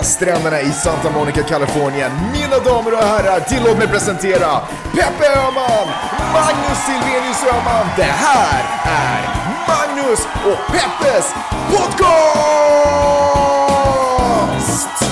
stränderna i Santa Monica, Kalifornien. Mina damer och herrar, tillåt mig presentera Peppe Öhman, Magnus Silvenius Öhman. Det här är Magnus och Peppes podcast!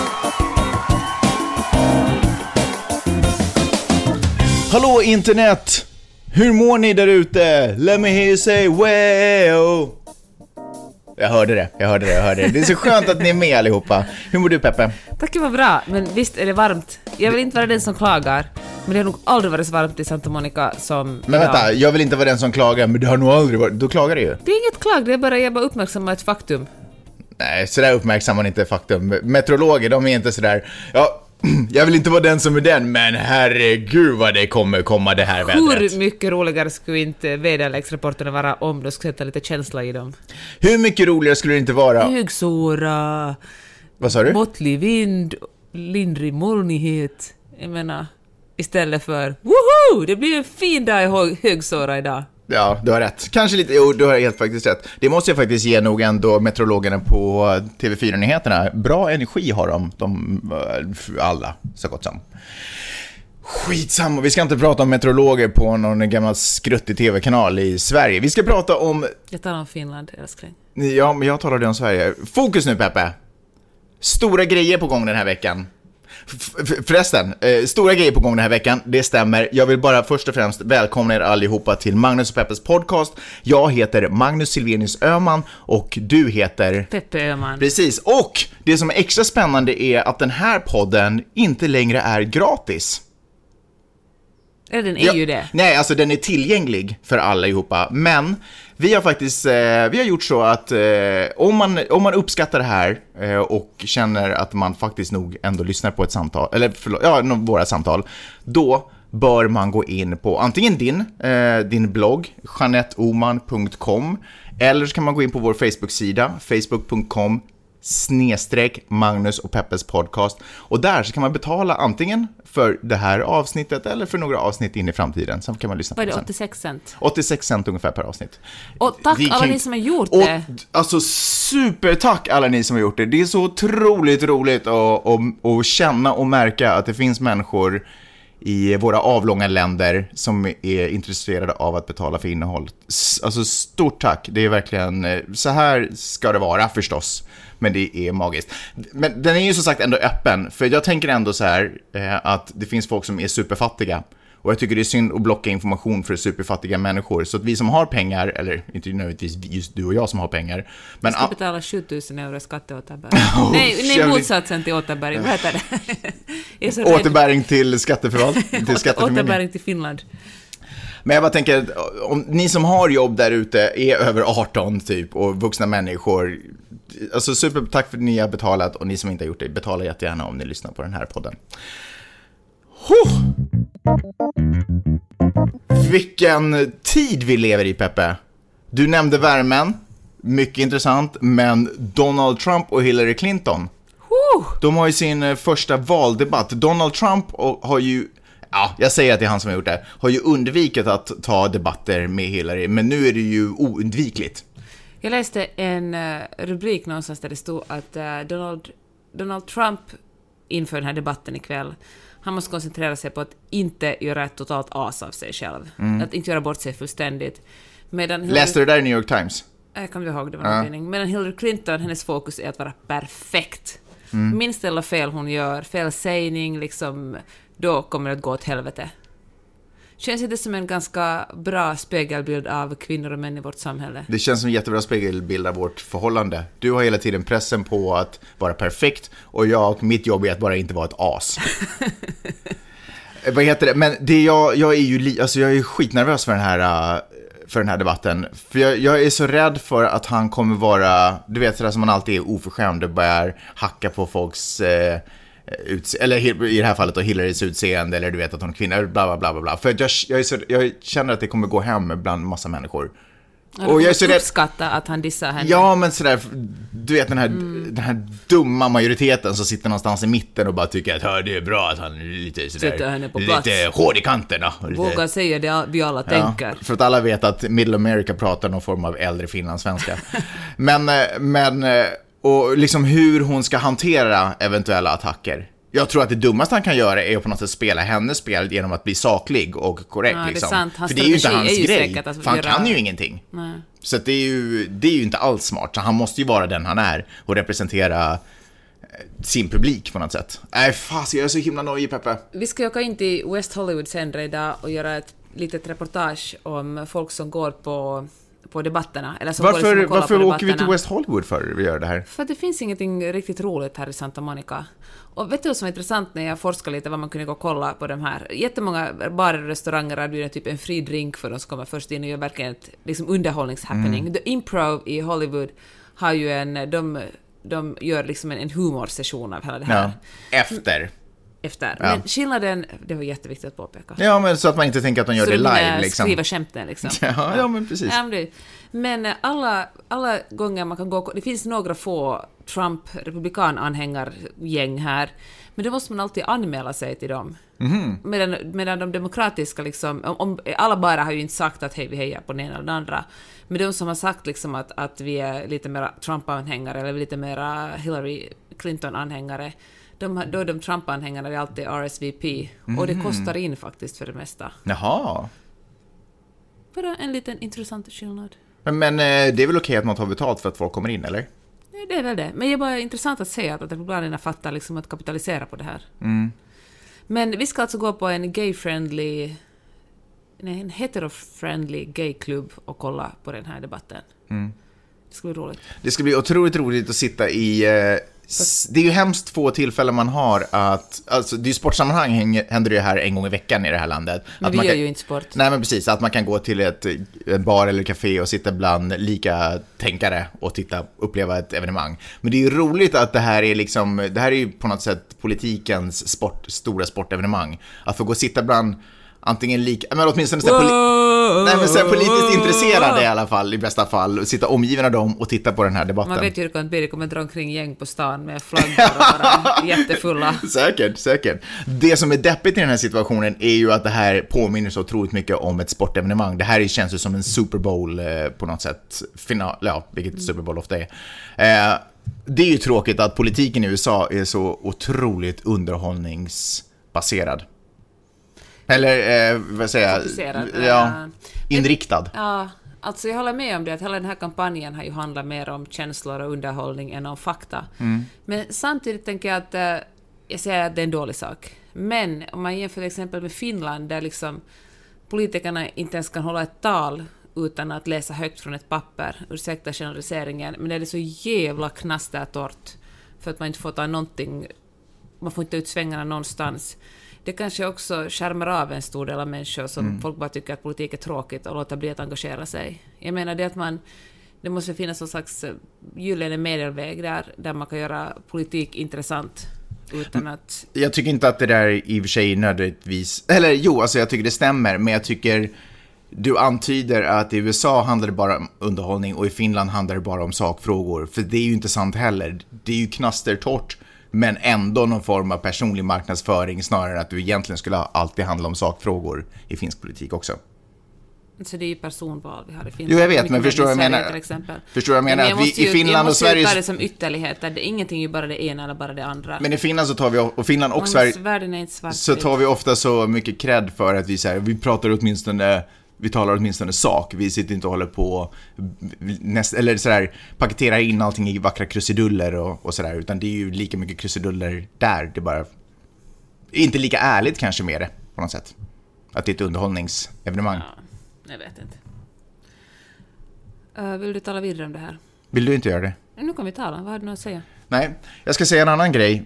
Hallå internet! Hur mår ni där ute? Let me hear you say wow. Jag hörde det. Det är så skönt att ni är med allihopa. Hur mår du, Peppe? Tack, det var bra, men visst är det varmt. Jag vill inte vara den som klagar, men det har nog aldrig varit så varmt i Santa Monica som men idag. Vänta, jag vill inte vara den som klagar, men det har nog aldrig varit. Då klagar det ju. Det är inget klag, det är bara jag bara uppmärksamma ett faktum. Nej, så där uppmärksammar man inte faktum. Meteorologer, de är inte så där. Ja, jag vill inte vara den som är den, men herregud vad det kommer komma det här vädret. Hur mycket roligare skulle inte väderleksrapporterna vara om de skulle sätta lite känsla i dem? Hur mycket roligare skulle det inte vara? Högsåra. Vad sa du? Måttlig vind, lindrig molnighet. Jag menar, istället för woho! Det blir en fin dag i Högsåra idag. Ja, du har rätt. Kanske lite, jo, du har helt faktiskt rätt. Det måste jag faktiskt ge nog ändå meteorologerna på TV4-nyheterna. Bra energi har de alla, så gott som. Skitsamma, vi ska inte prata om meteorologer på någon gammal skruttig TV-kanal i Sverige. Vi ska prata om... Jag talar om Finland, älskling. Ja, men jag talade om Sverige. Fokus nu, Peppe. Stora grejer på gång den här veckan. Förresten, stora grejer på gång den här veckan, det stämmer. Jag vill bara först och främst välkomna er allihopa till Magnus och Peppes podcast. Jag heter Magnus Silvenius Öhman och du heter... Peppe Öhman. Precis, och det som är extra spännande är att den här podden inte längre är gratis. Ja, den är ju det. Nej, alltså den är tillgänglig för alla ihop. Men vi har faktiskt vi har gjort så att om man uppskattar det här och känner att man faktiskt nog ändå lyssnar på ett samtal, eller våra samtal, då bör man gå in på antingen din blogg janetteoman.com, eller så kan man gå in på vår Facebook-sida facebook.com/Magnus och Peppes podcast, och där så kan man betala antingen för det här avsnittet eller för några avsnitt in i framtiden, så kan man lyssna på det. Vad är det, 86 cent? 86 cent ungefär per avsnitt. Och tack alla ni som har gjort det. Alltså supertack alla ni som har gjort det. Det är så otroligt roligt att känna och märka att det finns människor i våra avlånga länder som är intresserade av att betala för innehåll. Alltså stort tack. Det är verkligen, så här ska det vara förstås. Men det är magiskt. Men den är ju som sagt ändå öppen. För jag tänker ändå så här att det finns folk som är superfattiga. Och jag tycker det är synd att blocka information för superfattiga människor. Så att vi som har pengar, eller inte nödvändigtvis just du och jag som har pengar. Men ska betala 7000 euro skatt till återbäring. nej, motsatsen till återbäring. Vad heter det? Återbäring till skatteförvaltning. Återbäring till Finland. Men jag bara tänker, om ni som har jobb där ute är över 18 typ och vuxna människor, alltså supertack för att ni har betalat, och ni som inte har gjort det, betala jättegärna om ni lyssnar på den här podden. Vilken tid vi lever i, Peppe. Du nämnde värmen, mycket intressant, men Donald Trump och Hillary Clinton, de har ju sin första valdebatt. Donald Trump har ju, ja, jag säger att det är han som har gjort det, har ju undvikit att ta debatter med Hillary, men nu är det ju oundvikligt. Jag läste en rubrik någonstans där det stod att Donald Trump inför den här debatten ikväll, han måste koncentrera sig på att inte göra ett totalt as av sig själv. Att inte göra bort sig fullständigt. Läste du det där i New York Times? Jag kommer ihåg, det var någon mening. Medan Hillary Clinton, hennes fokus är att vara perfekt. Minst eller fel hon gör, fel sägning, liksom, då kommer det att gå åt helvete. Känns det som en ganska bra spegelbild av kvinnor och män i vårt samhälle? Det känns som en jättebra spegelbild av vårt förhållande. Du har hela tiden pressen på att vara perfekt, och mitt jobb är att bara inte vara ett as. Vad heter det? Men det jag är ju jag är skitnervös för den här debatten. För jag är så rädd för att han kommer vara, du vet, sådär som man alltid är oförskämd och börjar hacka på folks eller i det här fallet då Hillarys utseende, eller du vet att hon är kvinna, bla bla bla bla. För jag känner att det kommer gå hem bland massa människor. Och jag är så uppskatta att han dissar henne. Ja, men sådär, du vet den här dumma majoriteten som sitter någonstans i mitten och bara tycker att det är bra att han är lite sådär, lite hård i kanterna. Vågar säga det vi alla tänker. För att alla vet att Middle America pratar någon form av äldre finlandssvenska. men Och liksom hur hon ska hantera eventuella attacker. Jag tror att det dummaste han kan göra är att på något sätt spela hennes spel genom att bli saklig och korrekt. Ja, liksom. det är sant. För det är ju inte hans grej. Att för han kan ju ingenting. Nej. Så att det är ju inte alls smart. Så han måste ju vara den han är och representera sin publik på något sätt. Nej, fast jag är så himla nöjd, Peppe. Vi ska åka in till West Hollywood senare idag och göra ett litet reportage om folk som går på debatterna. Eller som varför åker vi till West Hollywood för att göra det här? För att det finns ingenting riktigt roligt här i Santa Monica. Och vet du vad som är intressant när jag forskar lite vad man kunde gå och kolla på de här. Jättemånga barer och restauranger erbjuder typ en fri drink för de som kommer först in och gör verkligen ett liksom underhållningshappening. The Improv i Hollywood har ju de gör liksom en humorsession av hela det här. Ja. Efter. Ja. Men skillnaden, det var jätteviktigt att påpeka. Ja, men så att man inte tänker att de gör det live. Liksom. Skriva skämten liksom. Ja, men precis. Ja, men alla gånger man kan gå... Det finns några få Trump-republikan-anhängargäng här. Men då måste man alltid anmäla sig till dem. Medan de demokratiska liksom... Om alla bara har ju inte sagt att hej, vi hejar på den ena eller den andra. Men de som har sagt liksom att vi är lite mer Trump-anhängare eller lite mer Hillary Clinton-anhängare, då är de Trump-anhängare är alltid RSVP. Och det kostar in faktiskt för det mesta. Jaha. Bara en liten intressant skillnad. Men det är väl okej att man tar betalt för att folk kommer in, eller? Det är väl det. Men det är bara intressant att se att republikanerna fattar liksom att kapitalisera på det här. Men vi ska alltså gå på en en hetero-friendly gay-klubb och kolla på den här debatten. Det ska bli roligt. Det ska bli otroligt roligt att sitta i... Det är ju hemskt få tillfällen man har att... Alltså, det är ju sportsammanhang händer det här en gång i veckan i det här landet. Men att vi man gör ju inte sport. Nej, men precis. Att man kan gå till en bar eller café och sitta bland lika tänkare och uppleva ett evenemang. Men det är ju roligt att det här är liksom... Det här är ju på något sätt politikens stora sportevenemang. Att få gå och sitta bland... Antingen men åtminstone politiskt intresserade i alla fall, i bästa fall, och sitta omgiven av dem och titta på den här debatten. Man vet ju hur det kommer dra omkring gäng på stan med flaggor och vara jättefulla. Säkert. Det som är deppigt i den här situationen är ju att det här påminner så otroligt mycket om ett sportevenemang. Det här känns ju som en Super Bowl på något sätt. Vilket Super Bowl ofta är. Det är ju tråkigt att politiken i USA är så otroligt underhållningsbaserad. Eller, vad säger jag? Inriktad. Ja, alltså jag håller med om det, att hela den här kampanjen har ju handlat mer om känslor och underhållning än om fakta. Men samtidigt tänker jag att jag säger att det är en dålig sak. Men om man jämför till exempel med Finland, där liksom politikerna inte ens kan hålla ett tal utan att läsa högt från ett papper, ursäkta generaliseringen, men det är så jävla knastärtort för att man inte får ta någonting, man får inte ut svängarna någonstans. Det kanske också skärmar av en stor del av människor som folk bara tycker att politik är tråkigt och låter bli att engagera sig. Jag menar det att det måste finnas någon slags gyllene medelväg där man kan göra politik intressant utan att... Jag tycker inte att det där i och för sig nödvändigtvis... Eller jo, alltså jag tycker det stämmer, men jag tycker du antyder att i USA handlar det bara om underhållning och i Finland handlar det bara om sakfrågor. För det är ju inte sant heller. Det är ju knastertorrt. Men ändå någon form av personlig marknadsföring snarare än att du egentligen skulle alltid handla om sakfrågor i finsk politik också. Så det är ju personval vi har i Finland. Jo, jag vet, men förstår jag menar? Förstår jag menar att vi i Finland och Sverige... Jag måste ju ta det som ytterligheter. Ingenting är ju bara det ena eller bara det andra. Men i Finland så tar vi, och Finland och Sverige... Världen är inte svart. Så tar vi ofta så mycket cred för att vi talar åtminstone sak. Vi sitter inte och håller på eller sådär, paketerar in allting i vackra krusiduller och sådär, utan det är ju lika mycket krusiduller där. Det är bara inte lika ärligt kanske med det på något sätt. Att det är ett underhållningsevenemang. Ja, jag vet inte. Vill du tala vidare om det här? Vill du inte göra det? Nu kan vi tala. Vad har du att säga? Nej, jag ska säga en annan grej.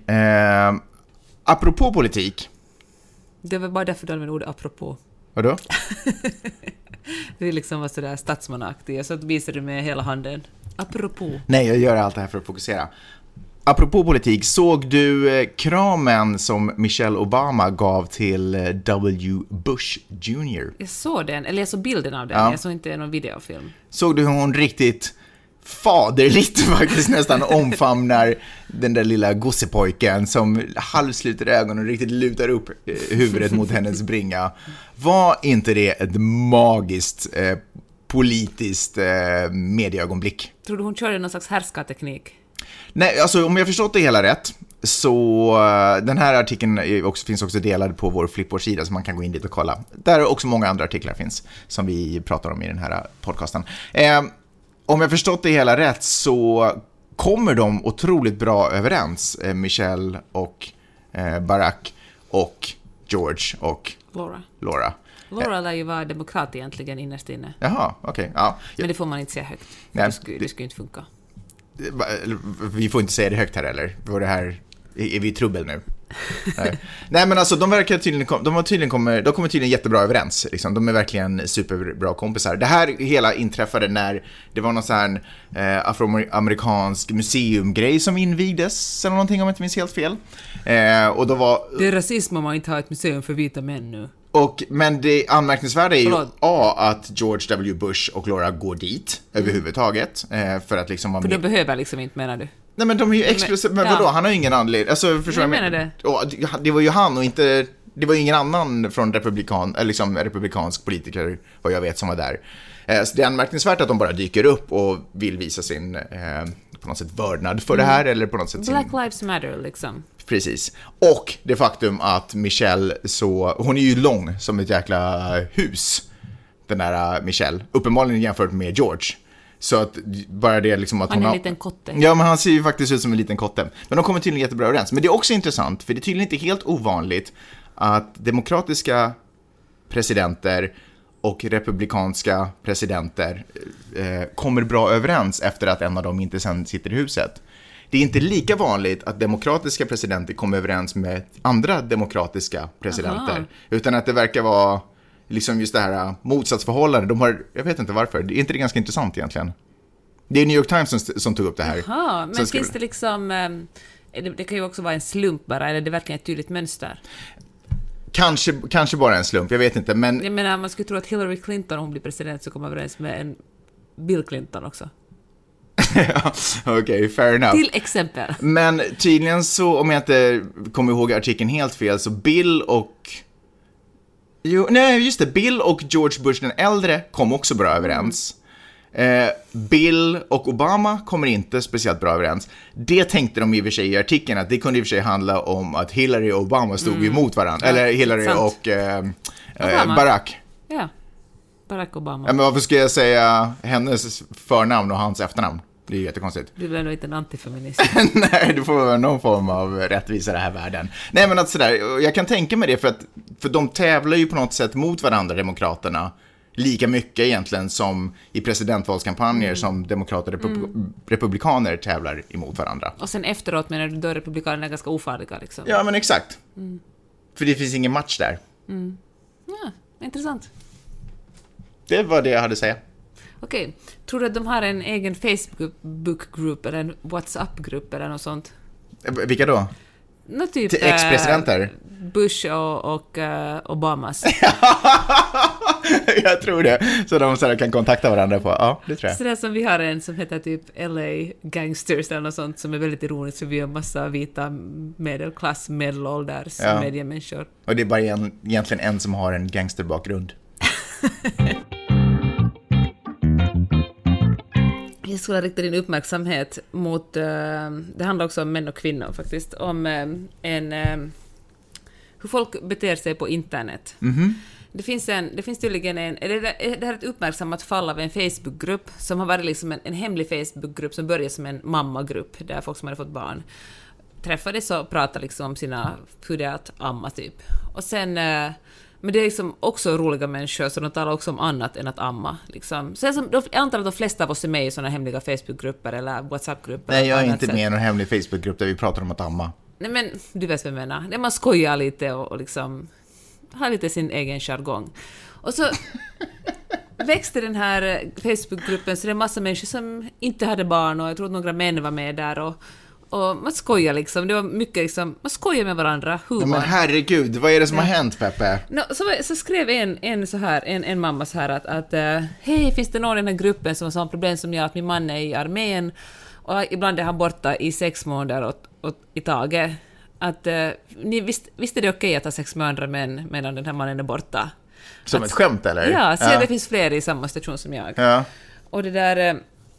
Apropå politik. Det var bara därför du använde ordet apropå. Vadå? Det är liksom vad sådär statsmanaktigt. Så visar du med hela handen. Apropå. Nej, jag gör allt det här för att fokusera. Apropå politik, såg du kramen som Michelle Obama gav till W. Bush Jr.? Jag såg den, eller jag såg bilden av den. Ja. Jag såg inte någon videofilm. Såg du hur hon riktigt faderligt faktiskt nästan omfamnar den där lilla gossepojken som halvsluter ögonen och riktigt lutar upp huvudet mot hennes bringa? Var inte det ett magiskt politiskt medieögonblick? Tror du hon körde någon slags härskarteknik? Nej, alltså om jag förstått det hela rätt så den här artikeln finns också delad på vår Flipboard-sida så man kan gå in dit och kolla. Där också många andra artiklar finns som vi pratar om i den här podcasten. Om jag förstått det hela rätt så kommer de otroligt bra överens, Michelle och Barack och George och Laura. Laura lär ju vara demokrat egentligen innerst inne. Jaha, okej. Ja. Men det får man inte säga högt. Nej, det skulle inte funka. Vi får inte säga det högt här, eller? Är vi i trubbel nu? Nej, men alltså de kommer tydligen jättebra överens liksom. De är verkligen superbra kompisar. Det här hela inträffade när det var någon sån här afroamerikansk museumgrej som invigdes eller någonting, om jag inte minns helt fel. Och då var det är rasism om man inte har ett museum för vita män nu. Men det anmärkningsvärda är ju att George W. Bush och Laura går dit överhuvudtaget för att liksom vara för de behöver liksom inte, menar du? Nej, men de är ju exklusiva. Men vadå? Han har ju ingen anledning. Alltså, förstår jag menar det. Det var ju han och inte... Det var ju ingen annan från republikansk politiker, vad jag vet, som var där. Så det är anmärkningsvärt att de bara dyker upp och vill visa sin på något sätt vördnad för det här. Eller på något sätt Black Lives Matter, liksom. Precis. Och det faktum att Michelle hon är ju lång som ett jäkla hus. Den där Michelle. Uppenbarligen jämfört med George. Så att bara det liksom att han är en liten kotte. Ja, men han ser ju faktiskt ut som en liten kotte. Men de kommer tydligen jättebra överens. Men det är också intressant, för det är tydligen inte helt ovanligt att demokratiska presidenter och republikanska presidenter kommer bra överens efter att en av dem inte sen sitter i huset. Det är inte lika vanligt att demokratiska presidenter kommer överens med andra demokratiska presidenter. Aha. Utan att det verkar vara liksom just det här motsatsförhållande. Jag vet inte varför. Det är inte det ganska intressant egentligen? Det är New York Times som tog upp det här. Jaha, men finns det liksom... det kan ju också vara en slump bara, eller det verkligen ett tydligt mönster? Kanske bara en slump, jag vet inte. Men... Jag menar, man skulle tro att Hillary Clinton, om hon blir president, så kommer överens med en Bill Clinton också. Okej, fair enough. Till exempel. Men tydligen så, om jag inte kommer ihåg artikeln helt fel, så Bill och... Bill och George Bush den äldre kom också bra överens. Bill och Obama kommer inte speciellt bra överens. Det tänkte de i och för sig i artikeln, att det kunde i och för sig handla om att Hillary och Obama stod emot varandra. Eller Hillary och Barack. Ja, Barack Obama. Ja, men varför ska jag säga hennes förnamn och hans efternamn? Det är jättekonstigt. Du blir nog inte en antifeminist. Nej, du får vara någon form av rättvisa i den här världen. Nej, men att sådär, jag kan tänka mig det för de tävlar ju på något sätt mot varandra, demokraterna. Lika mycket egentligen som i presidentvalskampanjer som demokrater och republikaner tävlar emot varandra. Och sen efteråt menar du då republikanerna är ganska ofarliga liksom. Ja, men exakt. För det finns ingen match där. Ja, intressant. Det var det jag hade att säga. Okej. Tror du att de har en egen Facebook-grupp eller en WhatsApp-grupp eller något sånt? Vilka då? Typ, till ex-presidenter? Bush och Obamas. Jag tror det. Så de så kan kontakta varandra på. Ja, det tror jag. Så det är som vi har en som heter typ LA Gangsters eller något sånt, som är väldigt ironiskt, för vi har massa vita medelklass, medelålders mediemänniskor. Och det är bara egentligen en som har en gangsterbakgrund. Jag skulle rikta din uppmärksamhet mot, det handlar också om män och kvinnor faktiskt, om hur folk beter sig på internet. Det finns tydligen det här är ett uppmärksammat fall av en Facebookgrupp som har varit liksom en hemlig Facebookgrupp som började som en mammagrupp där folk som hade fått barn träffades och pratade liksom om hur det är att amma typ. Och sen, men det är liksom också roliga människor, så de talar också om annat än att amma. Liksom. Så jag antar att de flesta av oss är med i sådana hemliga Facebookgrupper eller WhatsApp-grupper. Nej, jag är inte med i någon hemlig Facebookgrupp där vi pratar om att amma. Nej, men du vet vad jag menar. Där man skojar lite och liksom har lite sin egen jargong. Och så växte den här Facebookgruppen, så det är en massa människor som inte hade barn, och jag tror att några män var med där, och man skojar liksom. Det var mycket liksom, man skojar med varandra. Ja, men herregud, vad är det som har hänt, Peppe? Så skrev en mamma så här att hej, finns det någon i den här gruppen som har samma problem som jag, att min man är i armén och ibland är han borta i 6 månader i taget. Att visst är det okej att ha sex med andra män medan den här mannen är borta? Som ett skämt, eller? Ja, det finns fler i samma station som jag. Ja. Och det där...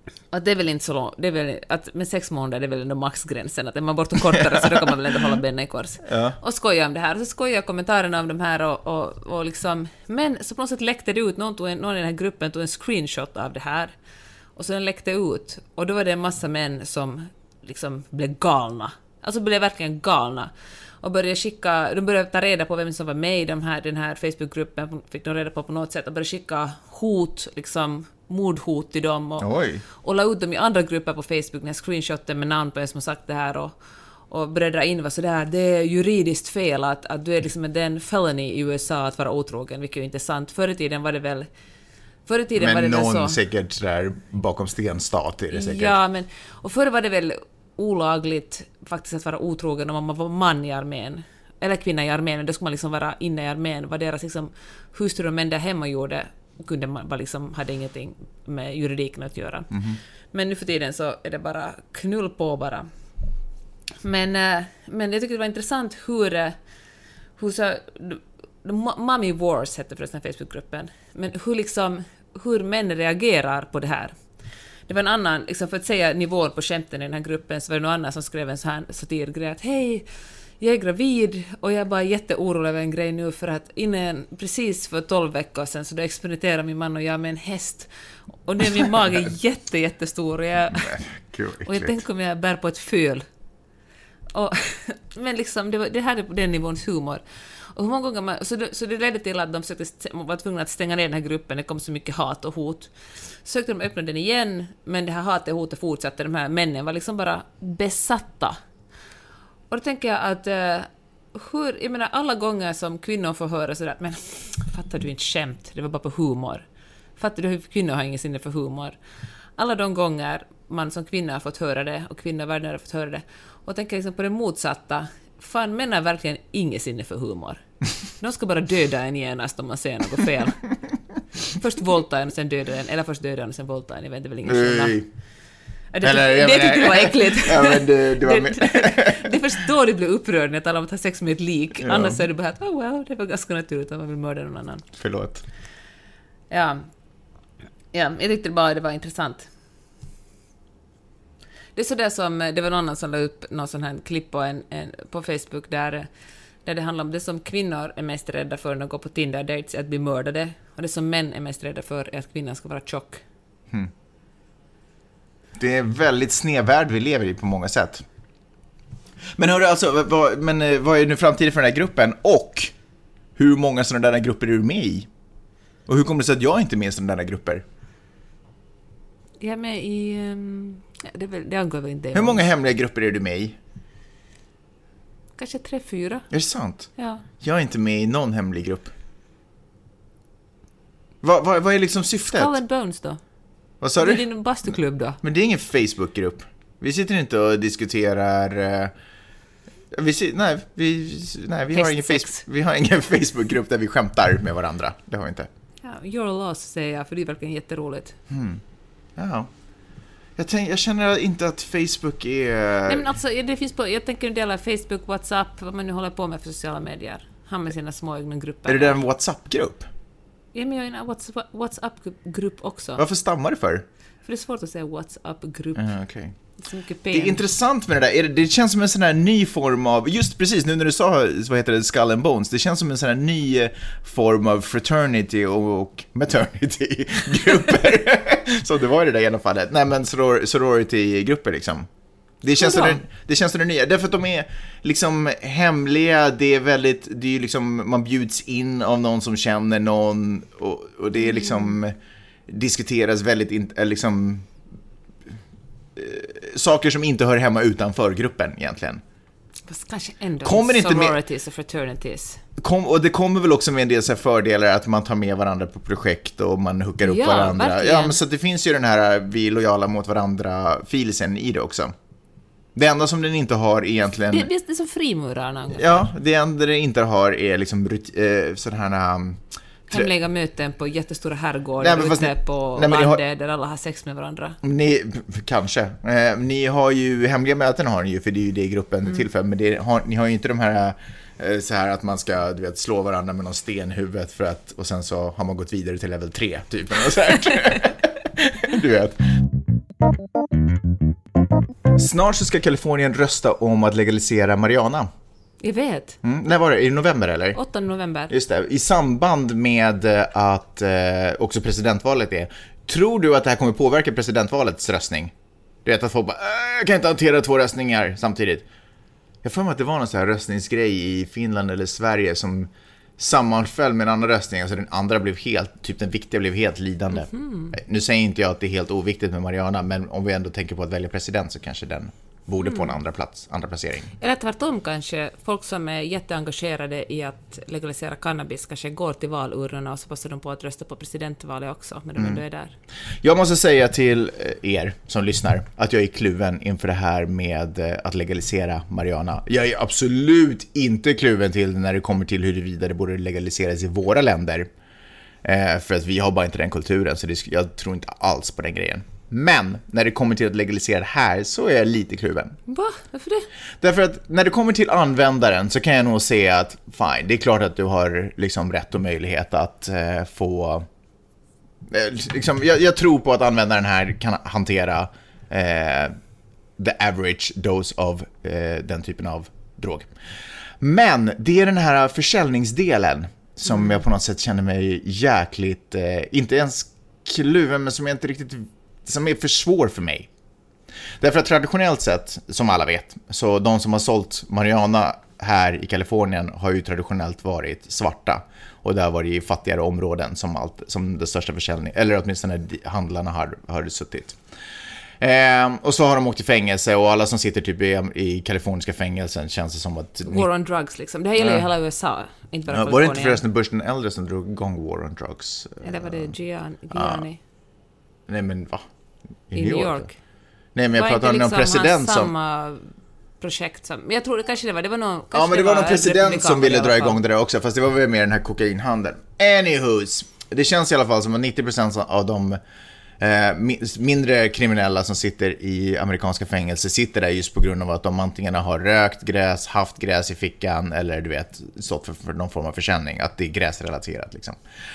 Att det är väl inte så långt, det är väl, att med 6 månader det är väl ändå maxgränsen, att är man borta kortare så då kan man väl ändå hålla benen i kors. Ja. Och skoja om det här, och så skojar kommentarerna om de här och liksom, men så på något sätt läckte det ut, någon i den här gruppen tog en screenshot av det här, och så den läckte ut, och då var det en massa män som liksom blev galna, alltså blev verkligen galna, och de började ta reda på vem som var med i den här Facebookgruppen, fick de reda på något sätt, och började skicka hot, liksom mordhot till dem, och la ut dem i andra grupper på Facebook, när screenshoten med namn på en som har sagt det här, och började dra in vad sådär, det är juridiskt fel att du är liksom den felony i USA att vara otrogen, vilket är inte sant. Förr i tiden var det väl någon så, säkert där bakom stenstat är det säkert. Ja, men och förr var det väl olagligt faktiskt att vara otrogen om man var man i armén eller kvinna i armén, då skulle man liksom vara inne i armén. Vad deras liksom hustru och män där hemma gjorde kunde man bara liksom, hade ingenting med juridiken att göra. Men nu för tiden så är det bara knull på bara. Men jag tycker det var intressant hur så Mommy Wars hette förresten Facebookgruppen, men hur män reagerar på det här. Det var en annan, liksom för att säga nivån på skämten i den här gruppen, så var det någon annan som skrev en sån här satirgrej att hej, jag är gravid och jag är bara jätteorolig över en grej nu, för att precis för 12 veckor sedan så då experimenterar min man och jag med en häst, och nu är min mage jättestor, och jag tänker om jag bär på ett föl. Men liksom det här är på den nivåns humor. Och hur många gånger så det ledde till att de var tvungna att stänga ner den här gruppen. Det kom så mycket hat och hot. Sökte de öppna den igen, men det här hatet och hotet fortsatte. De här männen var liksom bara besatta. Och då tänker jag att jag menar, alla gånger som kvinnor får höra sådär, men fattar du inte skämt? Det var bara på humor. Fattar du hur kvinnor har ingen sinne för humor? Alla de gånger man som kvinna har fått höra det, och kvinnor världen har fått höra det, och tänker liksom på det motsatta. Fan, män har verkligen ingen sinne för humor. De ska bara döda en genast om man ser något fel. Först våldta en och sen döda en, eller först döda en och sen våldta en. Jag vet inte, väl ingen skillnad. Det tyckte du var äckligt. Ja, men det var det är först då det blir upprörd när alla har sex med ett lik. Ja. Annars är det bara att det var ganska naturligt att man vill mörda någon annan. Förlåt. Ja, jag tyckte bara det var intressant. Det är sådär som, det var någon som la upp någon sån här klipp på Facebook där det handlar om det som kvinnor är mest rädda för när de går på Tinder-dates, att bli mördade, och det som män är mest rädda för är att kvinnan ska vara tjock. Det är väldigt snedvärld vi lever i på många sätt. Men hörru, alltså, vad är nu framtiden för den här gruppen? Och hur många sådana där grupper är du med i? Och hur kommer det sig att jag inte är med i sådana där grupper? Jag är med i... det angår väl inte. Hur många hemliga grupper är du med i? Kanske 3-4. Är det sant? Ja. Jag är inte med i någon hemlig grupp. Vad är liksom syftet? Skull and Bones då? Vad sa du? Det är din bastuklubb då? Men det är ingen Facebookgrupp. Vi sitter inte och diskuterar... vi har ingen Facebookgrupp där vi skämtar med varandra. Det har vi inte. Ja, you're lost, säger jag, för det är verkligen jätteroligt. Ja. Jag känner inte att Facebook är... Nej, men alltså, det finns jag tänker dela Facebook, WhatsApp, vad man nu håller på med för sociala medier. Han med sina små egna grupper. Är det där en WhatsApp-grupp? Ja, men jag är en WhatsApp-grupp också. Varför stammar det för? För det är svårt att säga WhatsApp-grupp. Okay. Det är intressant med det där. Det känns som en sån här ny form av... Just precis, nu när du sa, vad heter det, Skull and Bones. Det känns som en sån här ny form av fraternity och maternity-grupper. Så det var det där i alla fallet. Nej, men sorority-grupper liksom. Det känns som det nya. Därför att de är liksom hemliga. Det är ju liksom, man bjuds in av någon som känner någon. Och det är liksom... diskuteras väldigt liksom saker som inte hör hemma utanför gruppen egentligen. Fast kanske ändå sororities och fraternities. Och det kommer väl också med en del så här fördelar att man tar med varandra på projekt och man hookar upp varandra. Verkligen. Ja, men så det finns ju den här vi är lojala mot varandra filsen i det också. Det enda som den inte har egentligen... Det är som frimurarna. Ja, det enda den inte har är liksom sådana här... hemliga möten på jättestora herrgårdar ute på landet där alla har sex med varandra. Kanske. Ni har ju hemliga möten har ni ju, för det är ju det gruppen är till för. Men ni har ju inte de här så här att man ska slå varandra med någon sten i huvudet för att, och sen så har man gått vidare till level 3 typ. Du vet. Snart så ska Kalifornien rösta om att legalisera marijuana. Jag vet. När var det? I november eller? 8 november. Just det. I samband med att också presidentvalet är. Tror du att det här kommer påverka presidentvalets röstning? Du vet att folk bara, jag kan inte hantera 2 röstningar samtidigt. Jag får mig att det var någon sån här röstningsgrej i Finland eller Sverige som sammanföll med en annan röstning. Alltså den andra blev helt, typ den viktiga blev helt lidande. Nu säger inte jag att det är helt oviktigt med marijuana, men om vi ändå tänker på att välja president så kanske den borde få en andra placering. Eller tvärtom kanske, folk som är jätteengagerade i att legalisera cannabis kanske går till valurnorna och så passar de på att rösta på presidentvalet också, men de ändå är där. Jag måste säga till er som lyssnar att jag är kluven inför det här med att legalisera marijuana. Jag är absolut inte kluven till när det kommer till huruvida det borde legaliseras i våra länder. För att vi har bara inte den kulturen, så jag tror inte alls på den grejen. Men när det kommer till att legalisera det här så är jag lite kluven. Va? Varför det? Därför att när det kommer till användaren så kan jag nog se att fine, det är klart att du har liksom rätt och möjlighet att få... liksom, jag tror på att användaren här kan hantera the average dose av den typen av drog. Men det är den här försäljningsdelen som jag på något sätt känner mig jäkligt, inte ens kluven, men som jag inte riktigt... som är för svår för mig. Därför att traditionellt sett, som alla vet, så de som har sålt marijuana här i Kalifornien har ju traditionellt varit svarta. Och där var det i fattigare områden som det största försäljning, eller åtminstone handlarna har suttit. Och så har de åkt i fängelse, och alla som sitter typ i kaliforniska fängelsen känns det som att... War on drugs liksom. Det här gäller ju hela USA, inte bara Kalifornien. Var det inte förresten Bush den äldre som drog igång War on drugs? Eller var det Giuliani? Nej men va? I New York. Nej, men jag pratar om någon president som... samma projekt som... Jag tror det kanske det var någon... Ja, men det var någon president som ville dra igång det där också, fast det var väl mer den här kokainhandeln. Anywho's, det känns i alla fall som att 90% av de mindre kriminella som sitter i amerikanska fängelser sitter där just på grund av att de antingen har rökt gräs, haft gräs i fickan, eller du vet, stått för någon form av försäljning. Att det är gräsrelaterat liksom.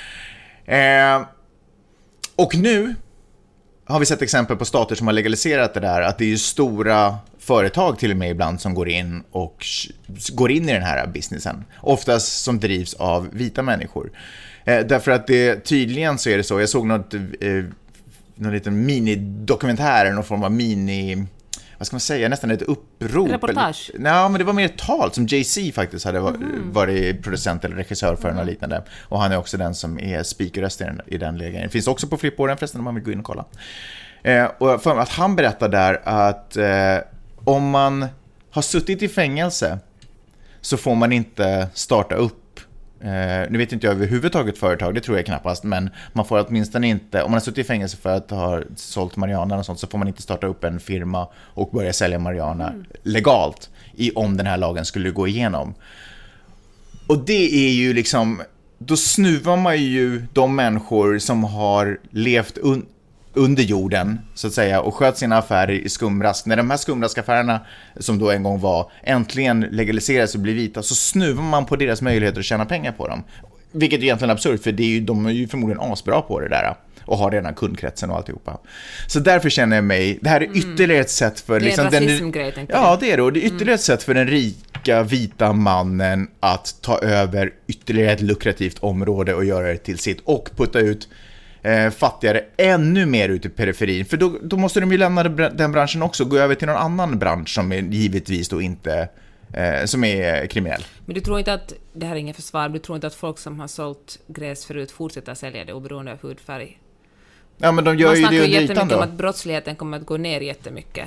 Och nu har vi sett exempel på stater som har legaliserat det där, att det är ju stora företag till och med ibland som går in i den här businessen. Oftast som drivs av vita människor. Därför att det tydligen så är det så. Jag såg någon liten mini-dokumentär, någon form av vad ska man säga, nästan ett upprop. Reportage? Nej, men det var mer ett tal som Jay-Z faktiskt hade varit producent eller regissör för något liknande. Och han är också den som är speakerröst i den lägen. Det finns också på Flipboarden förresten om man vill gå in och kolla. Och för att han berättar där att om man har suttit i fängelse så får man inte starta upp. Nu vet inte jag överhuvudtaget företag, det tror jag knappast, men man får åtminstone inte, om man har suttit i fängelse för att ha sålt marijuana och sånt, så får man inte starta upp en firma och börja sälja marijuana legalt om den här lagen skulle gå igenom. Och det är ju liksom, då snuvar man ju de människor som har levt under jorden så att säga och sköt sina affärer i skumrask. När de här skumraskaffärerna som då en gång var äntligen legaliseras och blir vita, så snuvar man på deras möjligheter att tjäna pengar på dem. Vilket är egentligen absurt, för de är ju förmodligen asbra på det där och har redan kundkretsen och alltihopa. Så därför känner jag mig, det här är ytterligare ett sätt för det är liksom, en rasismgrej, tänkte jag. Ja, det är det. Och det är ytterligare ett sätt för den rika vita mannen att ta över ytterligare ett lukrativt område och göra det till sitt och putta ut fattigare ännu mer ut i periferin. För då måste de ju lämna den branschen också, gå över till någon annan bransch som är givetvis då inte som är kriminell. Men du tror inte att, det här är ingen försvar, du tror inte att folk som har sålt gräs förut fortsätter sälja det oberoende av hudfärg? Ja, men de gör ju det under ytan då. Om att brottsligheten kommer att gå ner jättemycket.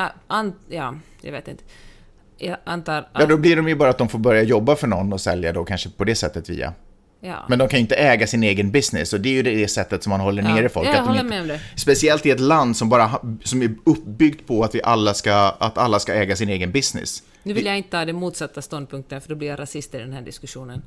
Jag vet inte. Jag antar att... Ja, då blir de ju bara att de får börja jobba för någon och sälja då kanske på det sättet via. Ja. Men de kan ju inte äga sin egen business, och det är ju det sättet som man håller nere folk. Ja, jag håller med om det. Speciellt i ett land som är uppbyggt på att alla ska äga sin egen business. Nu vill jag inte ha den motsatta ståndpunkten, för då blir jag rasist i den här diskussionen.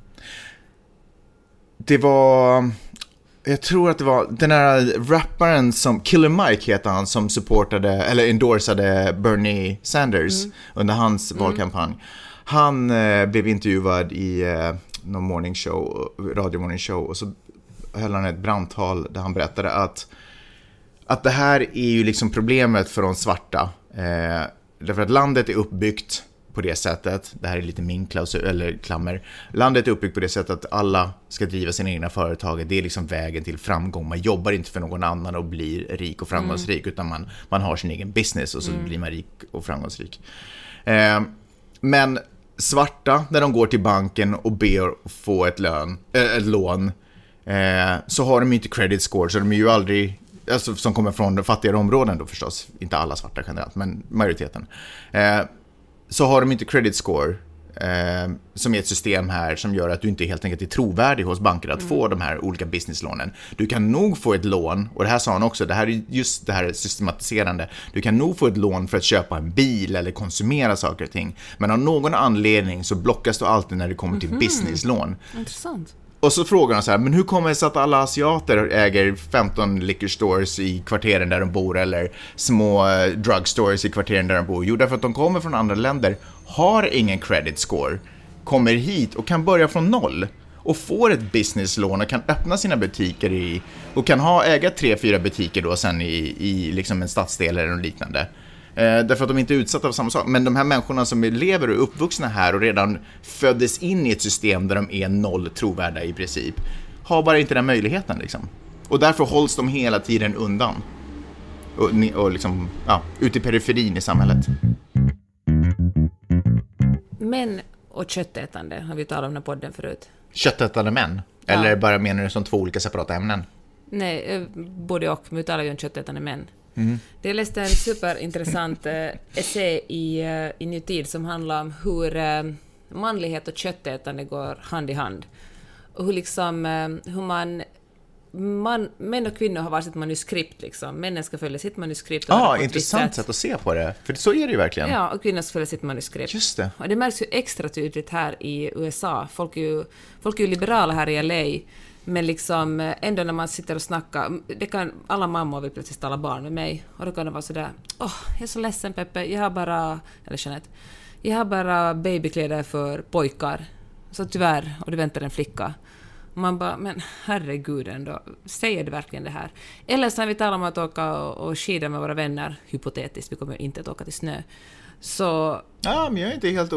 Jag tror att det var den här rapparen som Killer Mike heter han, som supportade eller endorsade Bernie Sanders under hans valkampanj. Han blev intervjuad i någon morning show, radio morning show, och så höll han ett brandtal där han berättade att det här är ju liksom problemet för de svarta Därför att landet är uppbyggt på det sättet, det här är lite min klammer, landet är uppbyggt på det sättet att alla ska driva sina egna företag, det är liksom vägen till framgång, man jobbar inte för någon annan och blir rik och framgångsrik, utan man har sin egen business och så blir man rik och framgångsrik. Men svarta, när de går till banken och ber att få ett lån, så har de inte credit score, så de är ju aldrig, alltså, som kommer från fattigare områden då förstås, inte alla svarta generellt, men majoriteten, så har de inte credit score, som är ett system här som gör att du inte helt enkelt är trovärdig hos banker att få de här olika businesslånen. Du kan nog få ett lån, och det här sa han också, det här är just det här systematiserande, du kan nog få ett lån för att köpa en bil eller konsumera saker och ting, men av någon anledning så blockas du alltid när det kommer till businesslån. Intressant. Och så frågar han så här, men hur kommer det sig att alla asiater äger 15 liquor stores i kvarteren där de bor, eller små drugstores i kvarteren där de bor? Jo, därför att de kommer från andra länder, har ingen credit score, kommer hit och kan börja från noll och får ett businesslån och kan öppna sina butiker och kan äga 3-4 butiker då sen i liksom en stadsdel eller något liknande. Därför att de inte är utsatta av samma sak. Men de här människorna som lever och är uppvuxna här och redan föddes in i ett system där de är noll trovärda i princip, har bara inte den möjligheten liksom. Och därför hålls de hela tiden undan och liksom, ut i periferin i samhället. Män och köttätande har vi talat om den här podden förut. Köttätande män? Eller bara menar du som två olika separata ämnen? Nej, både och. Vi talar ju om köttätande män. Det läste en superintressant essä i Ny Tid som handlar om hur manlighet och köttätande går hand i hand. Och hur män och kvinnor har varsitt manuskript liksom. Männen ska följa sitt manuskript. Intressant sätt att se på det. För så är det ju verkligen. Ja, och kvinnor ska följa sitt manuskript. Just det. Och det märks ju extra tydligt här i USA. Folk är ju liberala här i LA. Men liksom ändå när man sitter och snackar, alla mammor vill plötsligt tala barn med mig. Och då kan det vara sådär, jag är så ledsen Peppe, jag har bara babykläder för pojkar. Så tyvärr, och du väntar en flicka. Och man bara, men herregud ändå, säger du verkligen det här? Eller så när vi talar om att åka och skida med våra vänner, hypotetiskt, vi kommer inte att åka till snö. Så... Ja, men jag är inte helt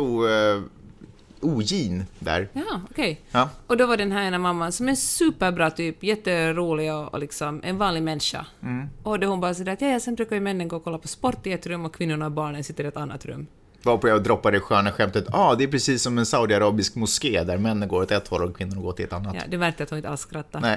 ogin där. Ja, okej. Ja. Och då var den här ena mamman som är superbra typ, jätterolig och liksom en vanlig människa. Och då hon bara sådär att sen brukar ju männen gå och kolla på sport i ett rum och kvinnorna och barnen sitter i ett annat rum. Varpå jag droppade det sköna skämtet, det är precis som en saudiarabisk moské där männen går åt ett håll och kvinnorna går till ett annat. Ja, det märkte att hon inte alls skrattade.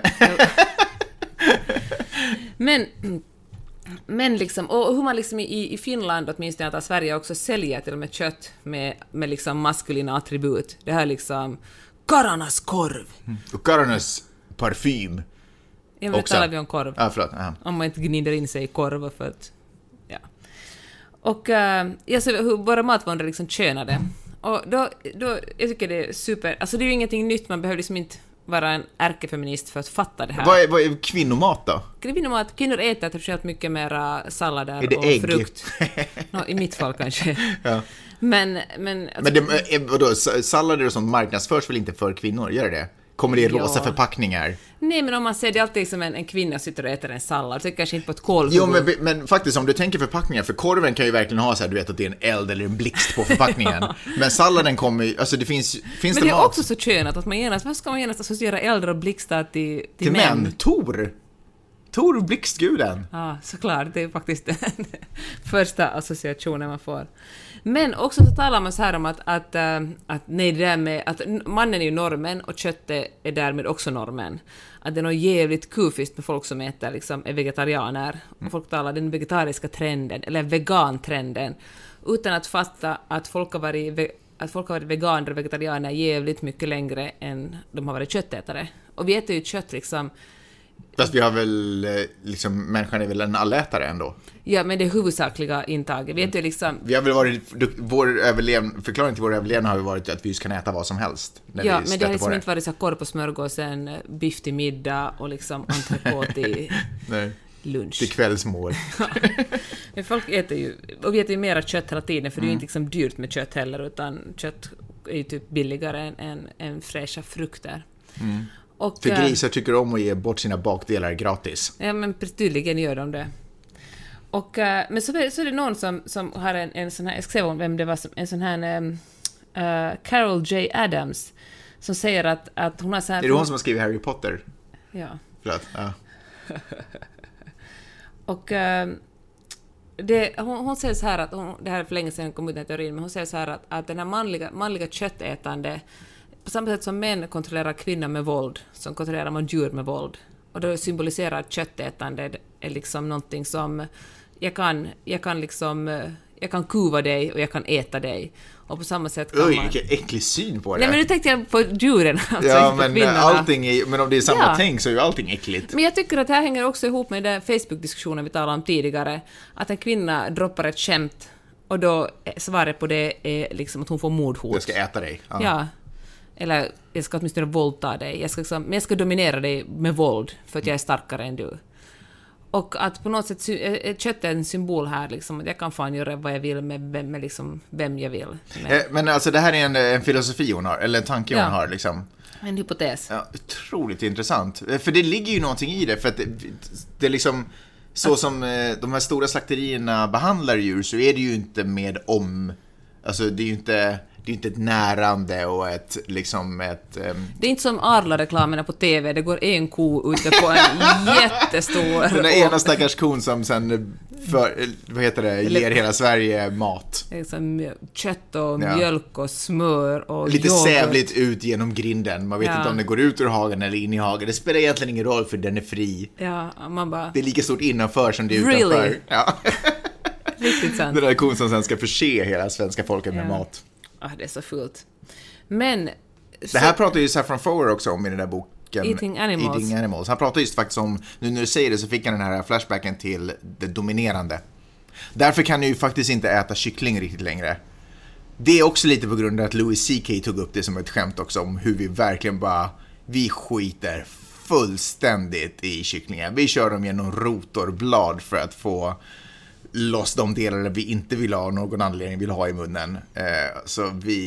Nej. Men liksom, och hur man liksom i Finland, åtminstone att Sverige också säljer till och med kött med liksom maskulina attribut. Det här liksom kararnas korv. Och kararnas parfym. Ja, men talar vi om korv. Ja, förlåt. Om man inte gnider in sig i korv för att... Ja. Och så hur våra matvanor liksom könade. Och då, jag tycker det är super... Alltså det är ju ingenting nytt, man behöver liksom inte vara en ärkefeminist för att fatta det här. Vad är kvinnomat då? Kvinnor äter traditionellt mycket mer sallader och ägg? Frukt. I mitt fall kanske. Ja. Men vadå, sallader och sånt marknadsförs väl inte för kvinnor, gör det? Kommer det i rosa förpackningar? Nej, men om man ser det alltid som en kvinna sitter och äter en sallad, så kanske inte på ett kolhuvud. Jo, men faktiskt om du tänker förpackningar, för korven kan ju verkligen ha så här, du vet att det är en eld eller en blixt på förpackningen. Men salladen kommer ju, alltså det finns men det det är mat också så könat att man genast, vad ska man genast associera eldar och blixtar till män? Tor blixtguden. Ja, såklart, det är faktiskt den första associationen man får. Men också så talar man så här om att nej, det där med att mannen är ju normen och köttet är därmed också normen. Att det är något jävligt kufiskt med folk som äter, liksom, är vegetarianer. Och folk talar den vegetariska trenden, eller vegantrenden, utan att fatta att folk har varit veganer och vegetarianer jävligt mycket längre än de har varit köttätare. Och vi äter ju kött liksom... Fast vi har väl, liksom, människan är väl en allätare ändå? Ja, men det huvudsakliga intaget. Vi äter ju liksom... Vi har väl varit, förklaring till vår överlevnad har ju varit att vi kan äta vad som helst. Ja, men det har liksom inte varit så korv på smörgåsen, biff till middag och liksom entrecote till lunch. Till kvällsmål. Men folk äter ju, och vi äter ju mera kött hela tiden, för det är ju inte liksom dyrt med kött heller, utan kött är ju typ billigare än fräscha frukter. Och, för grisar tycker om att ge bort sina bakdelar gratis. Ja, men tydligen gör de det. Och, men så är det någon som har en sån här, jag ska se vem det var, en sån här Carol J. Adams som säger att hon har så här... Är det hon som har skrivit Harry Potter? Ja. Förlåt, ja. Och hon säger så här att, det här är för länge sedan kom ut den teorin, men hon säger så här att den här manliga köttätande, på samma sätt som män kontrollerar kvinnor med våld, så kontrollerar man djur med våld. Och då symboliserar köttätande är liksom någonting som jag kan kuva dig och jag kan äta dig. Och på samma sätt kan man... vilken äcklig syn på det. Nej, men nu tänkte jag på djuren. Alltså ja, inte på men kvinnorna. men om det är samma tänk så är ju allting äckligt. Men jag tycker att det här hänger också ihop med den Facebook-diskussionen vi talade om tidigare. Att en kvinna droppar ett skämt och då svaret på det är liksom att hon får mordhot. Jag ska äta dig. Ja. Eller jag ska åtminstone våldta dig. Men jag ska dominera dig med våld för att jag är starkare än du. Och att på något sätt kött är en symbol här, liksom, att jag kan fan göra vad jag vill med liksom, vem jag vill. Men alltså det här är en filosofi hon har, eller en tanke hon har liksom. En hypotes. Ja, otroligt intressant. För det ligger ju någonting i det, för att det är liksom så som de här stora slakterierna behandlar djur, så är det ju inte alltså det är ju inte ett närande och ett liksom ett... Det är inte som Arla-reklamerna på TV, det går en ko ute på en jättestor... Den där ena stackars kon som sen ger hela Sverige mat. Liksom kött och mjölk och smör och lite yoghurt. sävligt ut genom grinden. Man vet inte om det går ut ur hagen eller in i hagen. Det spelar egentligen ingen roll för den är fri. Ja, man bara... Det är lika stort innanför som det är utanför. Really? Ja. Riktigt sant. Den där kon som sen ska förse hela svenska folket med mat. Det är så fullt. Men... Det här pratar ju Saffron Foer också om i den där boken Eating Animals. Han pratar just faktiskt om, nu när du säger det så fick han den här flashbacken till det dominerande. Därför kan du ju faktiskt inte äta kyckling riktigt längre. Det är också lite på grund av att Louis CK tog upp det som ett skämt också om hur vi verkligen vi skiter fullständigt i kycklingar. Vi kör dem genom rotorblad för att få loss de delar vi inte vill ha, någon anledning vill ha i munnen. Så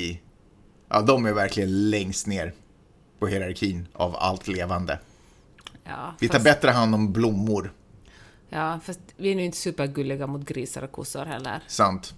de är verkligen längst ner på hierarkin av allt levande. Ja, vi tar bättre hand om blommor. Ja, fast vi är nu inte supergulliga mot grisar och kossor heller. Sant.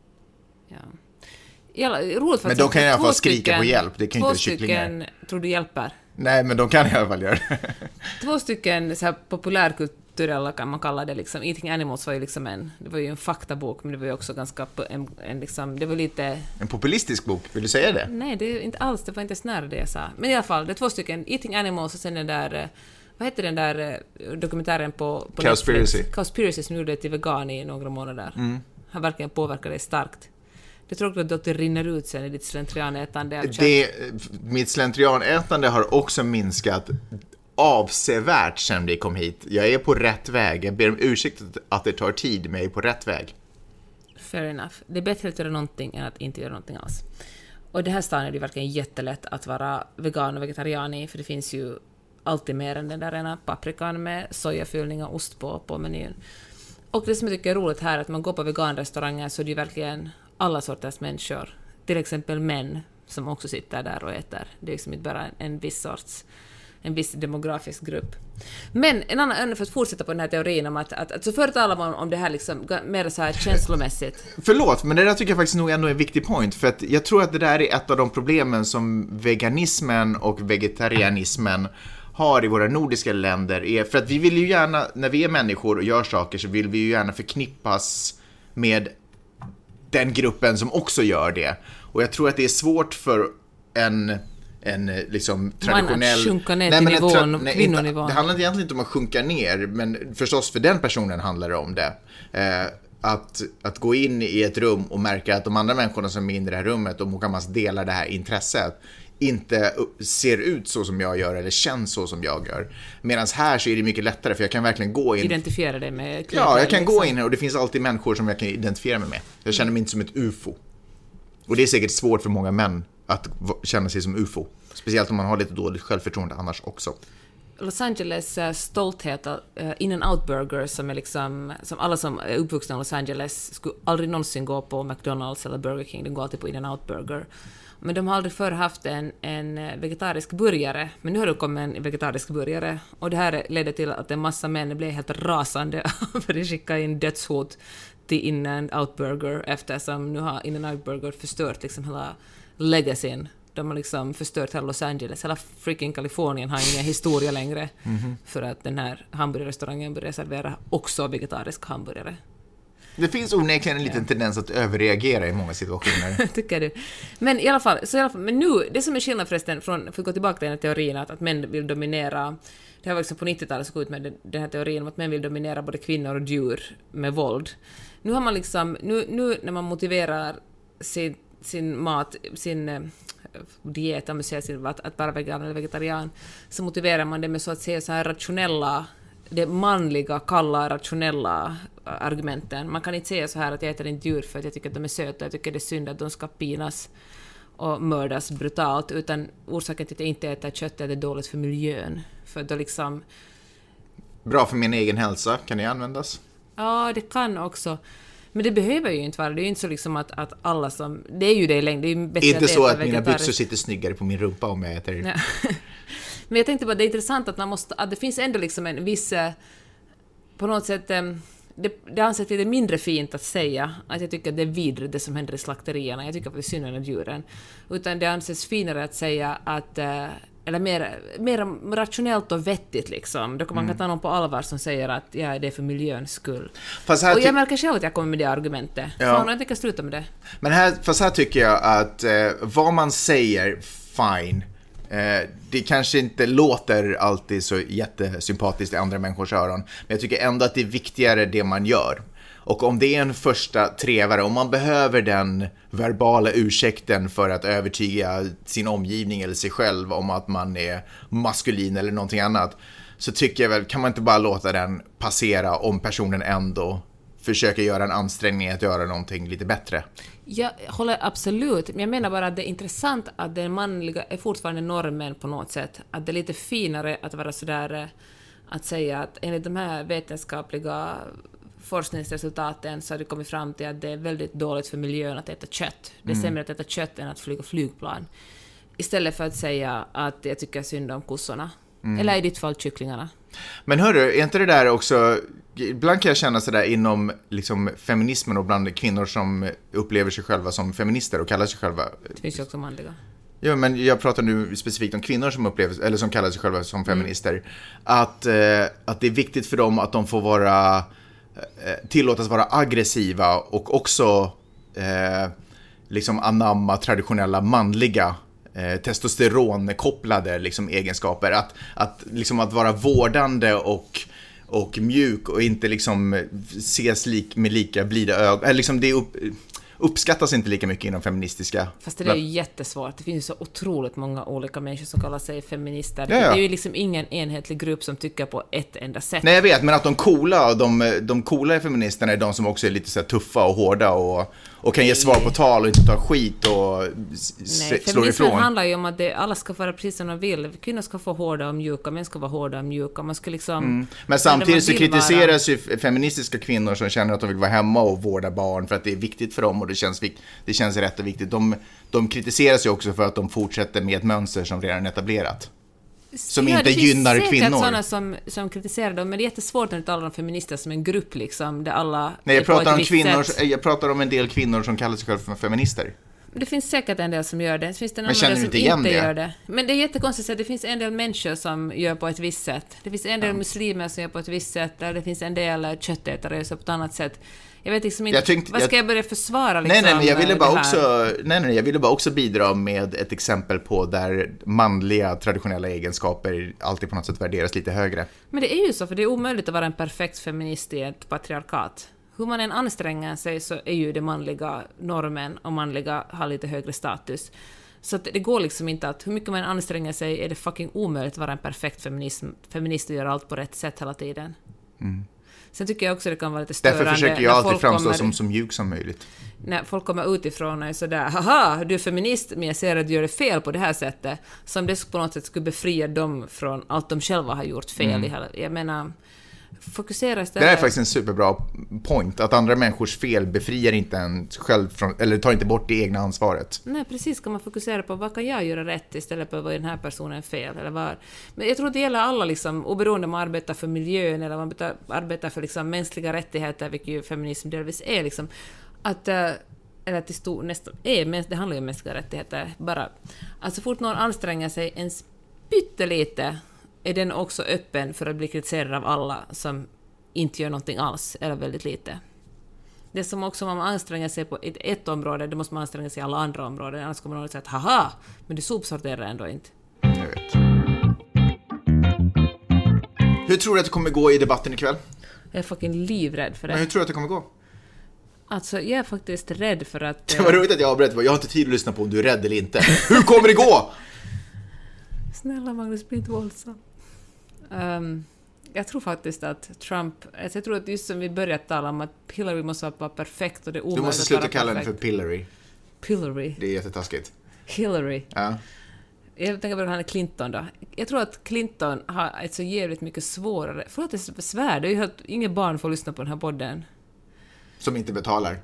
Ja. Roligt, men de kan i alla fall skrika på hjälp. Det kan inte kycklingar. 2 stycken tror du hjälper? Nej, men de kan i alla fall göra det. 2 stycken så här populärkulturella kan man kalla det liksom. Eating Animals var ju liksom det var ju en faktabok, men det var ju också ganska liksom, det var lite... En populistisk bok, vill du säga det? Nej, det är inte alls, det var inte snarare det jag sa. Men i alla fall, det är 2 stycken Eating Animals och sen den där, vad heter den där dokumentären på Netflix? Cowspiracy som gjorde det till vegan i några månader. Har verkligen påverkat dig starkt. Det tror jag att det rinner ut sen i ditt slentrianätande. Mitt slentrianätande har också minskat avsevärt sen vi kom hit. Jag är på rätt väg. Jag ber om ursäkt att det tar tid, men jag är på rätt väg. Fair enough. Det är bättre att göra någonting än att inte göra någonting alls. Och det här stan är det verkligen jättelätt att vara vegan och vegetarian i, för det finns ju alltid mer än den där rena paprikan med sojafyllning och ost på menyn. Och det som jag tycker är roligt här är att man går på veganrestauranger så är det ju verkligen alla sorters människor. Till exempel män som också sitter där och äter. Det är liksom inte bara en viss demografisk grupp. Men en annan, för att fortsätta på den här teorin om att så förr talar man om det här liksom mer så här känslomässigt. Förlåt, men det där tycker jag faktiskt nog ändå är en viktig point, för att jag tror att det där är ett av de problemen som veganismen och vegetarianismen har i våra nordiska länder, är för att vi vill ju gärna, när vi är människor och gör saker, så vill vi ju gärna förknippas med den gruppen som också gör det. Och jag tror att det är svårt för en liksom traditionell... Man sjunka ner till nivån, kvinnonivån. Det handlar egentligen inte om att sjunka ner, men förstås för den personen handlar det om det. Att gå in i ett rum och märka att de andra människorna som är inne i det här rummet, de kan delar det här intresset, inte ser ut så som jag gör eller känns så som jag gör. Medan här så är det mycket lättare, för jag kan verkligen gå in... Identifiera dig med... Ja, jag kan gå in och det finns alltid människor som jag kan identifiera mig med. Jag känner mig inte som ett UFO. Och det är säkert svårt för många män att känna sig som UFO. Speciellt om man har lite dåligt självförtroende annars också. Los Angeles stolthet, In-N-Out Burger, som är liksom, som alla som är uppvuxna i Los Angeles skulle aldrig någonsin gå på McDonald's eller Burger King, de går alltid på In-N-Out Burger. Men de har aldrig förr haft en vegetarisk burgare. Men nu har det kommit en vegetarisk burgare. Och det här ledde till att en massa män blev helt rasande för att skicka in dödshot till In-N-Out Burger, eftersom nu har In-N-Out Burger förstört liksom hela legacyn. De har liksom förstört hela Los Angeles. Hela freaking Kalifornien har ingen historia längre. För att den här hamburgerrestaurangen börjar servera också vegetarisk hamburgare. Det finns onekligen en liten tendens att överreagera i många situationer. Tycker du? Men i alla fall, men nu, det som är skillnad förresten, för att gå tillbaka till den här teorin att män vill dominera, det har liksom på 90-talet så gått ut med den här teorin om att män vill dominera både kvinnor och djur med våld. Nu har man liksom, nu när man motiverar sin mat, sin diet, om man säger att vara vegan eller vegetarian, så motiverar man det med så att säga så här rationella, det manliga, kalla, rationella argumenten. Man kan inte säga så här att jag äter inte djur för att jag tycker att de är söta, jag tycker det är synd att de ska pinas och mördas brutalt, utan orsaken till att jag inte äter kött är att det är dåligt för miljön. För då liksom... Bra för min egen hälsa, kan det användas? Ja, det kan också. Men det behöver ju inte vara. Det är ju inte så liksom att alla som... Det är ju det i längd. Det är ju bättre inte att så att mina byxor sitter snyggare på min rumpa om jag äter... Ja. Men jag tänkte bara, det är intressant att man måste... Att det finns ändå liksom en viss... På något sätt... Det anses lite mindre fint att säga att jag tycker att det är vidrigt det som händer i slakterierna. Jag tycker att det är synd om djuren. Utan det anses finare att säga att... Eller mer rationellt och vettigt liksom. Då kan man ta någon på allvar som säger att det är för miljöns skull. Och jag märker själv att jag kommer med det argumentet. Ja. Fan, jag tänker sluta med det. Men här tycker jag att vad man säger, fine. Det kanske inte låter alltid så jättesympatiskt i andra människors öron. Men jag tycker ändå att det är viktigare det man gör. Och om det är en första trevare, om man behöver den verbala ursäkten för att övertyga sin omgivning eller sig själv om att man är maskulin eller någonting annat, så tycker jag väl, kan man inte bara låta den passera om personen ändå försöker göra en ansträngning att göra någonting lite bättre. Jag håller absolut, men jag menar bara att det är intressant att den manliga är fortfarande normen på något sätt. Att det är lite finare att vara sådär, att säga att enligt de här vetenskapliga forskningsresultaten så har det kommit fram till att det är väldigt dåligt för miljön att äta kött. Det är sämre att äta kött än att flyga flygplan. Istället för att säga att jag tycker synd om kossorna. Eller i ditt fall kycklingarna. Men hörru, är inte det där också... Ibland kan jag känna sådär inom liksom, feminismen och bland kvinnor som upplever sig själva som feminister och kallar sig själva... Det finns ju också manliga. Ja, men jag pratar nu specifikt om kvinnor som upplever, eller som kallar sig själva som feminister. Att det är viktigt för dem att de får vara... tillåtas vara aggressiva och också liksom anamma traditionella manliga testosteronkopplade liksom egenskaper, att vara vårdande och mjuk och inte liksom ses med lika blida ögon, liksom det uppskattas inte lika mycket inom feministiska. Fast det är ju jättesvårt. Det finns ju så otroligt många olika människor som kallar sig feminister. Ja. Det är ju liksom ingen enhetlig grupp som tycker på ett enda sätt. Nej, jag vet, men att de coola feministerna är de som också är lite så här tuffa och hårda och kan ge svar på tal och inte ta skit och slå ifrån. Det handlar ju om att alla ska vara precis som de vill. Kvinnor ska få hårda och mjuka, män ska vara hårda och mjuka. Man ska liksom... Men samtidigt så kritiseras ju feministiska kvinnor som känner att de vill vara hemma och vårda barn för att det är viktigt för dem och det känns rätt och viktigt. De kritiseras ju också för att de fortsätter med ett mönster som redan är etablerat. Som inte gynnar kvinnor. Det finns säkert sådana som kritiserar dem, men det är jättesvårt när du talar om feminister som en grupp liksom, där alla... Nej, jag pratar om en del kvinnor som kallar sig själva för feminister. Det finns säkert en del som gör det. Det finns en men känner du inte igen det? Gör det. Men det är jättekonstigt att det finns en del människor som gör på ett visst sätt. Det finns en del muslimer som gör på ett visst sätt, där det finns en del köttätare som gör på ett annat sätt. Jag vet liksom inte, vad ska jag börja försvara liksom? Nej, men jag ville bara också bidra med ett exempel på där manliga traditionella egenskaper alltid på något sätt värderas lite högre. Men det är ju så, för det är omöjligt att vara en perfekt feminist i ett patriarkat. Hur man än anstränger sig så är ju det manliga normen och manliga har lite högre status. Så att det går liksom inte att hur mycket man anstränger sig är det fucking omöjligt att vara en perfekt feminist och göra allt på rätt sätt hela tiden. Sen tycker jag också det kan vara lite störande. Därför försöker jag alltid framstå som mjuk som möjligt. När folk kommer utifrån och är sådär, haha, du är feminist, men jag ser att du gör det fel på det här sättet. Som det på något sätt skulle befria dem från allt de själva har gjort fel. Jag menar, Fokusera istället. Det är faktiskt en superbra point, att andra människors fel befriar inte en själv från, eller tar inte bort det egna ansvaret. Nej, precis. Ska man fokusera på vad kan jag göra rätt istället för vad är den här personen fel eller vad. Men jag tror det gäller alla liksom, oberoende om man arbetar för miljön eller man arbetar för liksom mänskliga rättigheter, vilket ju feminism delvis är liksom, att eller till stor nästan det handlar ju om mänskliga rättigheter bara. Alltså fort någon anstränger sig en pyttelite är den också öppen för att bli kritiserad av alla som inte gör någonting alls eller väldigt lite. Det är som också om man anstränger sig på ett område, då måste man anstränga sig i alla andra områden. Annars kommer någon att säga att haha, men du sopsorterar ändå inte. Jag vet. Hur tror du att det kommer gå i debatten ikväll? Jag är fucking livrädd för det. Men hur tror du att det kommer gå? Alltså, jag är faktiskt rädd för att... Det var roligt att jag avbröt. Jag har inte tid att lyssna på om du är rädd eller inte. Hur kommer det gå? Snälla Magnus, bli inte våldsam. Jag tror faktiskt att Trump... Alltså jag tror att just som vi börjat tala om att Hillary måste vara perfekt och det är omöjligt. Du måste sluta kalla henne för Pillary. Pillary. Det är jättetaskigt. Hillary. Ja. Jag tänker på han är Clinton då. Jag tror att Clinton har ett så jävligt mycket svårare... Förlåt, det är svårt. Det är ju att ingen barn får lyssna på den här podden. Som inte betalar.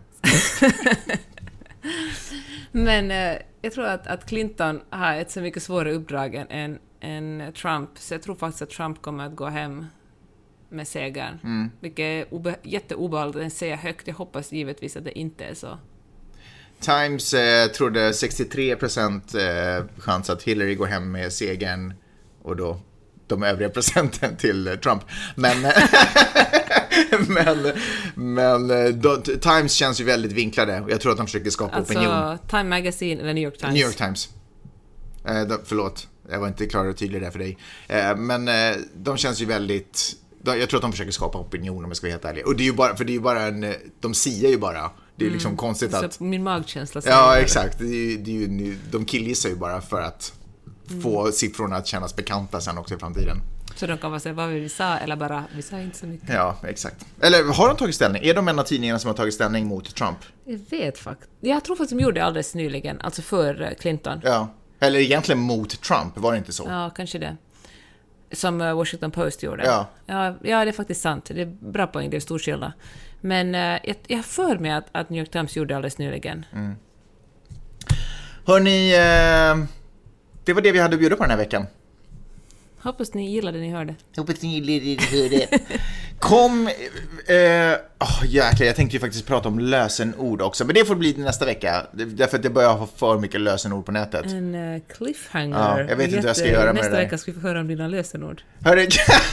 Men jag tror att Clinton har ett så mycket svårare uppdrag än Trump. Så jag tror faktiskt att Trump kommer att gå hem med segern. Vilket är jätteobehagligt att säga högt. Jag hoppas givetvis att det inte är så. Times trodde 63% chans att Hillary går hem med segern och då de övriga procenten till Trump. Men Times känns ju väldigt vinklade och jag tror att de försöker skapa opinion. Alltså Time Magazine eller New York Times? New York Times. Förlåt, jag var inte klar och tydlig där för dig. Men de känns ju väldigt... Jag tror att de försöker skapa opinion om jag ska vara helt ärlig. Och det är ju bara, för det är ju bara de säger ju bara. Det är liksom konstigt att... Så min magkänsla säger ja, exakt. De killgissar ju bara för att få siffrorna att kännas bekanta sen också i framtiden. Så de kan bara säga vad vi sa eller bara vi sa inte så mycket. Ja, exakt. Eller har de tagit ställning? Är de en av tidningarna som har tagit ställning mot Trump? Jag vet faktiskt. Jag tror faktiskt de gjorde det alldeles nyligen. Alltså för Clinton. Ja. Eller egentligen mot Trump, var det inte så? Ja, kanske det. Som Washington Post gjorde. Ja. Ja, det är faktiskt sant. Det är bra poäng, det är stor skillnad. Men jag för mig att New York Times gjorde det alldeles nyligen. Hörrni, det var det vi hade att bjuda på den här veckan. Hoppas ni gillade det ni hörde. Kom, jäklar, jag tänkte ju faktiskt prata om lösenord också. Men det får bli nästa vecka. Därför att jag börjar ha för mycket lösenord på nätet. En cliffhanger. Ja, jag vet inte vad jag ska göra med nästa det där. vecka ska vi få höra om dina lösenord. Hörru,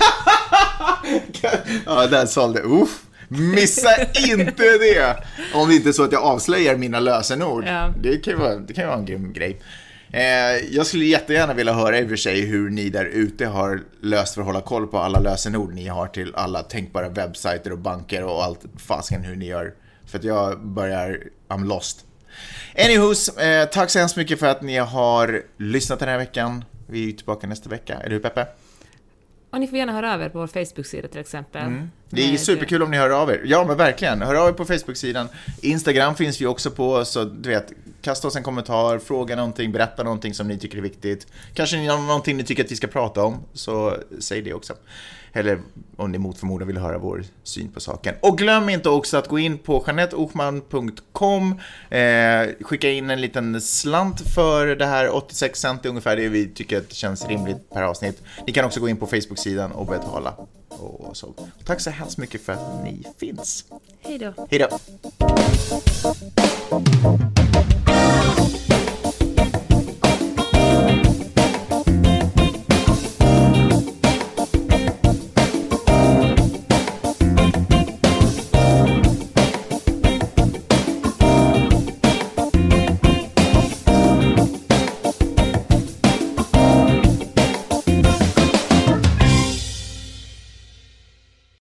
ja, där sålde. Missa inte det. Om det inte är så att jag avslöjar mina lösenord. Ja. Det kan ju vara en grym grej. Jag skulle jättegärna vilja höra i och för sig hur ni där ute har löst för att hålla koll på alla lösenord ni har till alla tänkbara webbsajter och banker och allt fasken hur ni gör. För att I'm lost. Anyways, tack så hemskt mycket för att ni har lyssnat den här veckan. Vi är tillbaka nästa vecka. Är du Peppe? Och ni får gärna höra av er på vår Facebook-sida till exempel. Det är superkul om ni hör av er. Ja, men verkligen. Hör av er på Facebook-sidan. Instagram finns vi också på, så du vet, kasta oss en kommentar, fråga någonting, berätta någonting som ni tycker är viktigt. Kanske någonting ni tycker att vi ska prata om, så säg det också. Eller om ni mot förmodan vill höra vår syn på saken. Och glöm inte också att gå in på JanetteOchman.com, skicka in en liten slant för det här, 86 cent ungefär, det vi tycker att känns rimligt per avsnitt. Ni kan också gå in på Facebook-sidan och betala. Och så. Tack så hemskt mycket för att ni finns. Hej då. Hej då.